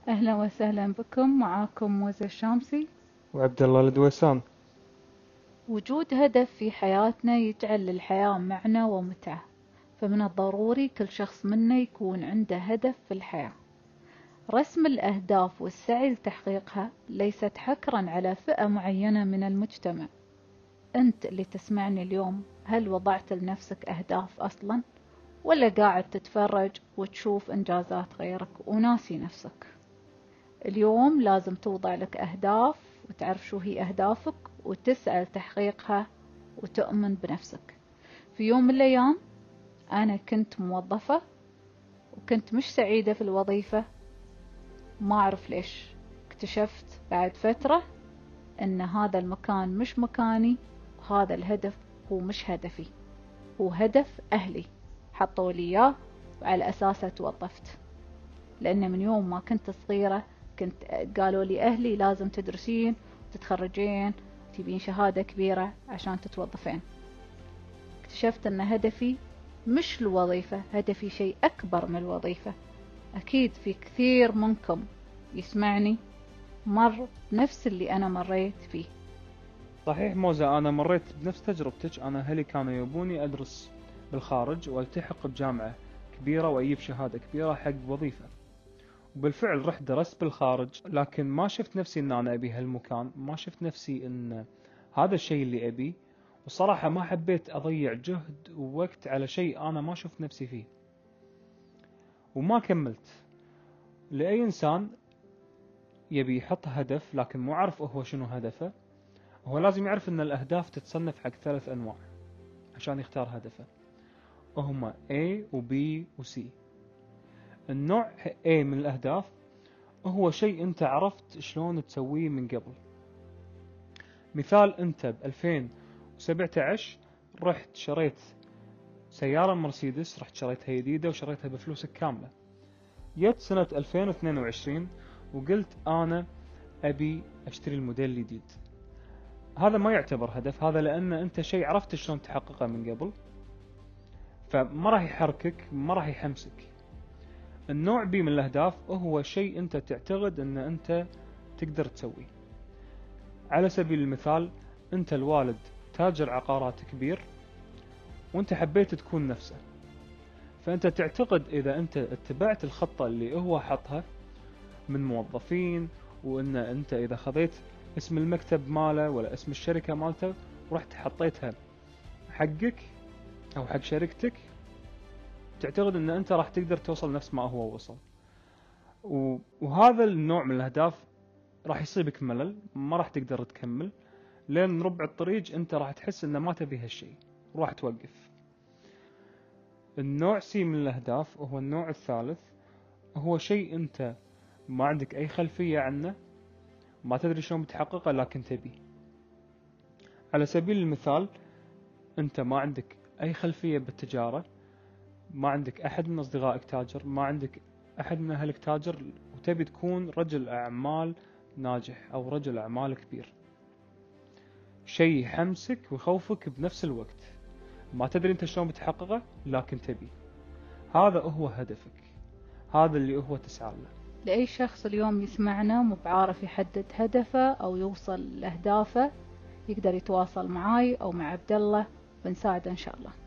أهلا وسهلا بكم. معاكم موزة الشامسي. وعبد الله الدويسان. وجود هدف في حياتنا يجعل للحياة معنى ومتعة، فمن الضروري كل شخص منا يكون عنده هدف في الحياة. رسم الأهداف والسعي لتحقيقها ليست حكرا على فئة معينة من المجتمع. أنت اللي تسمعني اليوم، هل وضعت لنفسك أهداف أصلا؟ ولا قاعد تتفرج وتشوف إنجازات غيرك وناسي نفسك؟ اليوم لازم توضع لك أهداف وتعرف شو هي أهدافك وتسعى لتحقيقها وتؤمن بنفسك. في يوم من الأيام أنا كنت موظفة وكنت مش سعيدة في الوظيفة، ما أعرف ليش. اكتشفت بعد فترة أن هذا المكان مش مكاني، وهذا الهدف هو مش هدفي، هو هدف أهلي حطوا لي إياه وعلى أساسه توظفت. لأن من يوم ما كنت صغيرة كنت قالوا لي أهلي لازم تدرسين وتتخرجين، تبين شهادة كبيرة عشان تتوظفين. اكتشفت أن هدفي مش الوظيفة، هدفي شيء أكبر من الوظيفة. أكيد في كثير منكم يسمعني مر بنفس اللي أنا مريت فيه. صحيح موزة، أنا مريت بنفس تجربتك. أنا أهلي كانوا يبوني أدرس بالخارج والتحق بجامعة كبيرة وأجيب شهادة كبيرة حق وظيفة، وبالفعل رحت درست بالخارج، لكن ما شفت نفسي إن أنا أبي هالمكان، ما شفت نفسي إن هذا الشيء اللي أبيه. وصراحة ما حبيت أضيع جهد ووقت على شيء أنا ما شفت نفسي فيه، وما كملت. لأي إنسان يبي يحط هدف لكن مو عارف هو شنو هدفه، هو لازم يعرف ان الاهداف تتصنف حق 3 انواع عشان يختار هدفه، وهما A و B و C. النوع A من الاهداف هو شيء انت عرفت شلون تسويه من قبل. مثال، انت ب 2017 رحت شريت سيارة مرسيدس، رحت شريتها جديدة وشريتها بفلوسك كاملة. جت سنة 2022 وقلت انا ابي اشتري الموديل الجديد. هذا ما يعتبر هدف، هذا لأن أنت شيء عرفت شلون تحققه من قبل، فما راح يحركك، ما راح يحمسك. النوع بي من الأهداف هو شيء أنت تعتقد أن أنت تقدر تسويه. على سبيل المثال، أنت الوالد تاجر عقارات كبير وأنت حبيت تكون نفسه، فأنت تعتقد إذا أنت اتبعت الخطة اللي هو حطها من موظفين، وأن أنت إذا خذيت اسم المكتب ماله ولا اسم الشركة مالته ورحت حطيتها حقك او حق شركتك، تعتقد ان انت راح تقدر توصل نفس ما هو وصل. وهذا النوع من الاهداف راح يصيبك ملل، ما راح تقدر تكمل، لين ربع الطريق انت راح تحس انه ما تبي هالشيء وراح توقف. النوع سي من الاهداف وهو النوع الثالث، هو شيء انت ما عندك اي خلفية عنه، ما تدري شلون بتحققه لكن تبي. على سبيل المثال، انت ما عندك اي خلفية بالتجارة، ما عندك أحد من أصدقائك تاجر، ما عندك أحد من أهلك تاجر، وتبي تكون رجل أعمال ناجح أو رجل أعمال كبير. شيء يحمسك ويخوفك بنفس الوقت، ما تدري أنت شلون بتحققه لكن تبي. هذا هو هدفك، هذا اللي هو تسعى له. لأي شخص اليوم يسمعنا مو بعارف يحدد هدفه أو يوصل لأهدافه، يقدر يتواصل معاي أو مع عبد الله، بنساعده إن شاء الله.